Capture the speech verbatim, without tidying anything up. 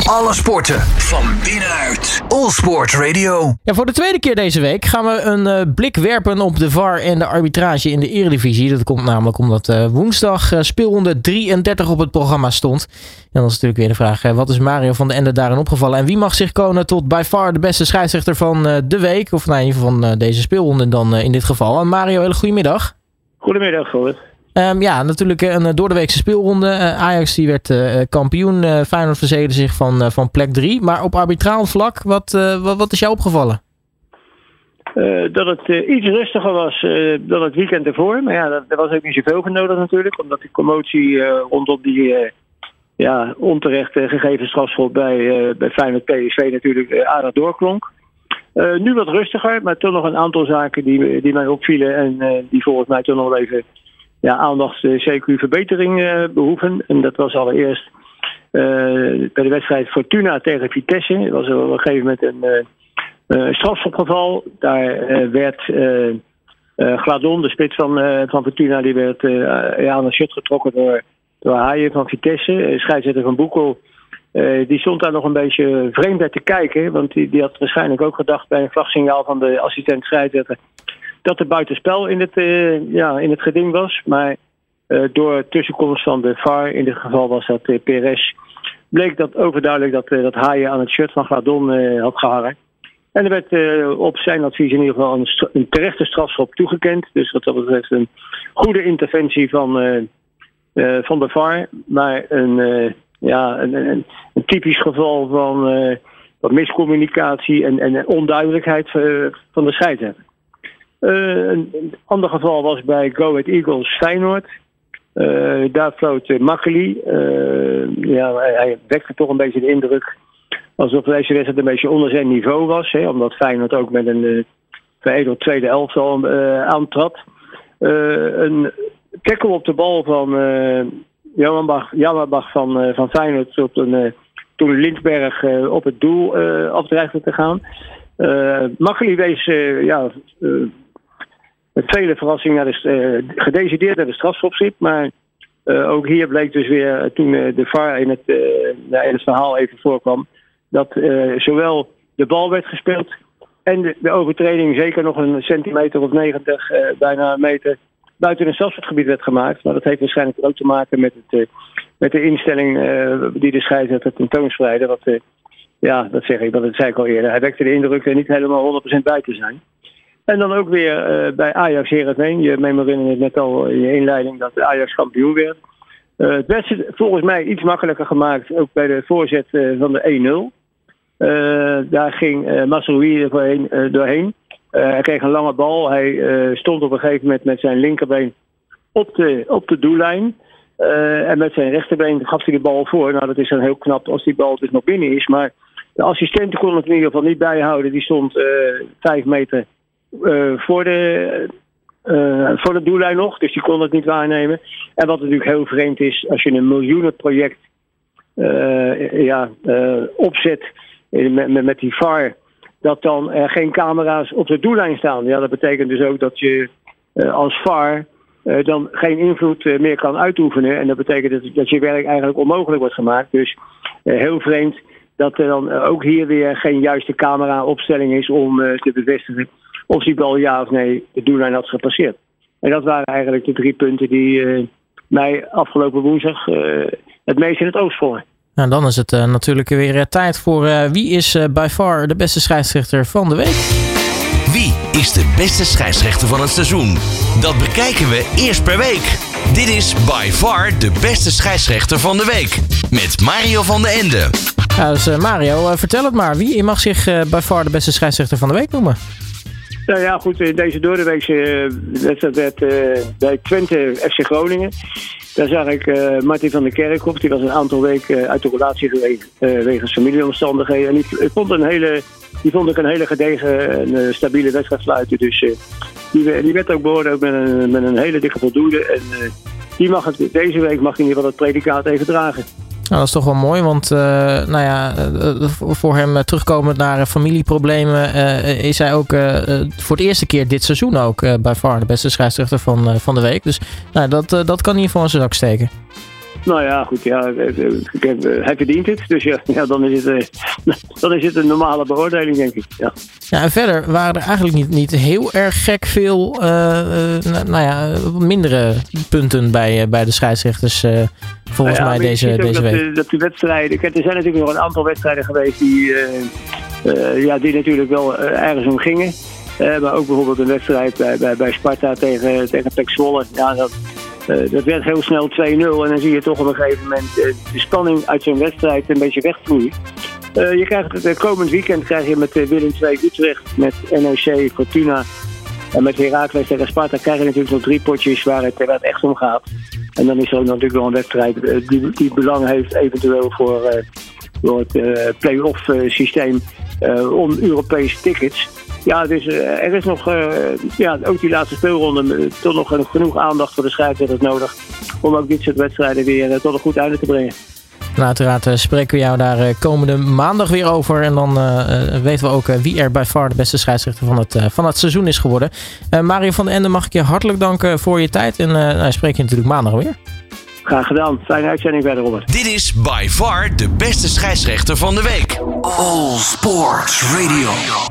Alle sporten van binnenuit. All Sport Radio. Ja, voor de tweede keer deze week gaan we een uh, blik werpen op de V A R en de arbitrage in de Eredivisie. Dat komt namelijk omdat uh, woensdag uh, speelronde drieëndertig op het programma stond. En dan is natuurlijk weer de vraag, uh, wat is Mario van den Ende daarin opgevallen? En wie mag zich konen tot by far de beste scheidsrechter van uh, de week? Of nou, in ieder geval van uh, deze speelronde dan uh, in dit geval. Uh, Mario, hele goedemiddag. Goedemiddag, Robert. Um, ja, natuurlijk een doordeweekse speelronde. Uh, Ajax die werd uh, kampioen. Uh, Feyenoord verzekerde zich van, uh, van plek drie. Maar op arbitraal vlak, wat, uh, wat, wat is jou opgevallen? Uh, dat het uh, iets rustiger was uh, dan het weekend ervoor. Maar ja, daar was ook niet zoveel voor nodig natuurlijk. Omdat die commotie uh, rondom die uh, ja, onterecht uh, gegeven strafschop bij, uh, bij Feyenoord P S V natuurlijk uh, aardig doorklonk. Uh, nu wat rustiger, maar toch nog een aantal zaken die, die mij opvielen. En uh, die volgens mij toch nog wel even... Ja, aandacht uh, C Q verbetering uh, behoeven. En dat was allereerst uh, bij de wedstrijd Fortuna tegen Vitesse. Er was op een gegeven moment een uh, uh, strafschopgeval. Daar uh, werd uh, uh, Gladon, de spits van, uh, van Fortuna, die werd uh, ja, aan een shot getrokken door, door Haaien van Vitesse. Uh, scheidsrechter van Boekel, uh, die stond daar nog een beetje vreemd bij te kijken. Want die, die had waarschijnlijk ook gedacht bij een vlagsignaal van de assistent scheidsrechter dat er buitenspel in het, uh, ja, in het geding was. Maar uh, door tussenkomst van de V A R, in dit geval was dat uh, Perez, bleek dat overduidelijk dat, uh, dat Haaien aan het shirt van Gladon uh, had gehangen. En er werd uh, op zijn advies in ieder geval een, st- een terechte strafschop toegekend. Dus wat dat betreft een goede interventie van, uh, uh, van de V A R. Maar een, uh, ja, een, een, een typisch geval van, uh, van miscommunicatie en, en onduidelijkheid uh, van de scheidsrechter. Uh, een, een ander geval was bij Go Ahead Eagles Feyenoord. Uh, daar floot uh, Makkeli. Uh, ja, hij, hij wekte toch een beetje de indruk alsof deze wedstrijd een beetje onder zijn niveau was. Hè, omdat Feyenoord ook met een uh, veredeld tweede elftal uh, aantrad. Uh, een tackle op de bal van uh, Jammerbach van, uh, van Feyenoord op een, uh, toen Lindberg uh, op het doel uh, afdreigde te gaan. Uh, Makkeli wees uh, ja, uh, met vele verrassingen naar de, uh, gedecideerd naar de strafschopstip. Maar uh, ook hier bleek dus weer, uh, toen uh, de V A R in het, uh, in het verhaal even voorkwam, dat uh, zowel de bal werd gespeeld en de, de overtreding zeker nog een centimeter of negentig, uh, bijna een meter, buiten het strafschopgebied werd gemaakt. Maar dat heeft waarschijnlijk ook te maken met, het, uh, met de instelling uh, die de scheidsrechter tentoonspreidde. Wat, uh, ja, dat zeg ik, dat zei ik al eerder. Hij wekte de indruk er niet helemaal honderd procent bij te zijn. En dan ook weer uh, bij Ajax Heerenveen. Je memoreerde het net al in je inleiding dat Ajax kampioen werd. Uh, het werd volgens mij iets makkelijker gemaakt, ook bij de voorzet uh, van de één nul. Uh, daar ging uh, Masroui er voorheen, uh, doorheen. Uh, hij kreeg een lange bal. Hij uh, stond op een gegeven moment met zijn linkerbeen op de, op de doellijn. Uh, en met zijn rechterbeen gaf hij de bal voor. Nou, dat is dan heel knap als die bal dus nog binnen is. Maar de assistenten kon het in ieder geval niet bijhouden. Die stond uh, vijf meter uh, voor, de, uh, voor de doellijn nog. Dus die kon het niet waarnemen. En wat natuurlijk heel vreemd is, als je een miljoenenproject uh, ja, uh, opzet met, met, met die V A R, dat dan er geen camera's op de doellijn staan. Ja, dat betekent dus ook dat je uh, als V A R uh, dan geen invloed uh, meer kan uitoefenen. En dat betekent dat, dat je werk eigenlijk onmogelijk wordt gemaakt. Dus uh, heel vreemd dat er dan uh, ook hier weer geen juiste camera-opstelling is om uh, te bevestigen of die bal ja of nee de doellijn had gepasseerd. En dat waren eigenlijk de drie punten die uh, mij afgelopen woensdag uh, het meest in het oog sprongen. Nou, dan is het uh, natuurlijk weer uh, tijd voor uh, wie is uh, by far de beste scheidsrechter van de week. Wie is de beste scheidsrechter van het seizoen? Dat bekijken we eerst per week. Dit is by far de beste scheidsrechter van de week. Met Mario van den Ende. Ja, dus uh, Mario, uh, vertel het maar. Wie mag zich uh, by far de beste scheidsrechter van de week noemen? Nou ja, goed, in deze doordeweekse wedstrijd werd uh, bij Twente F C Groningen. Daar zag ik uh, Martin van der Kerkhof. Die was een aantal weken uit de relatie geweest uh, wegens familieomstandigheden. En die, ik vond een hele, die vond ik een hele gedegen en uh, stabiele wedstrijd sluiten. Dus uh, die, die werd ook beoordeeld met een, met een hele dikke voldoende. En uh, die mag het, deze week mag in ieder geval het predicaat even dragen. Nou, dat is toch wel mooi, want uh, nou ja, uh, voor hem uh, terugkomend naar uh, familieproblemen uh, is hij ook uh, uh, voor de eerste keer dit seizoen ook uh, by far de beste scheidsrechter van, uh, van de week. Dus nou, dat, uh, dat kan in ieder geval in zijn zak steken. Nou ja, goed, ja, hij verdient het. Dus ja, ja dan, is het, dan is het een normale beoordeling, denk ik. Ja, ja en verder waren er eigenlijk niet, niet heel erg gek veel uh, uh, nou ja, mindere punten bij, bij de scheidsrechters uh, volgens nou ja, mij deze, deze dat, week. De, dat die wedstrijden, kijk, er zijn natuurlijk nog een aantal wedstrijden geweest die, uh, uh, ja, die natuurlijk wel uh, ergens om gingen. Uh, maar ook bijvoorbeeld een wedstrijd bij, bij, bij Sparta tegen, tegen P E C Zwolle. Ja, dat, uh, dat werd heel snel twee nul en dan zie je toch op een gegeven moment uh, de spanning uit zo'n wedstrijd een beetje wegvloeien. Uh, je krijgt het uh, komend weekend krijg je met uh, Willem twee Utrecht, met N O C, Fortuna en met Heracles tegen Sparta krijg je natuurlijk nog drie potjes waar het, waar het echt om gaat. En dan is er ook natuurlijk wel een wedstrijd uh, die, die belang heeft eventueel voor, uh, voor het uh, play-off uh, systeem uh, om Europese tickets. Ja, dus uh, er is nog, uh, ja, ook die laatste speelronde, uh, toch nog genoeg aandacht voor de scheidsrechters nodig om ook dit soort wedstrijden weer uh, tot een goed einde te brengen. Nou, uiteraard uh, spreken we jou daar uh, komende maandag weer over. En dan uh, uh, weten we ook uh, wie er by far de beste scheidsrechter van het, uh, van het seizoen is geworden. Uh, Mario van den Ende, mag ik je hartelijk danken voor je tijd. En uh, nou, spreek je natuurlijk maandag weer. Graag gedaan. Fijne uitzending verder, Robert. Dit is by far de beste scheidsrechter van de week. All Sports Radio.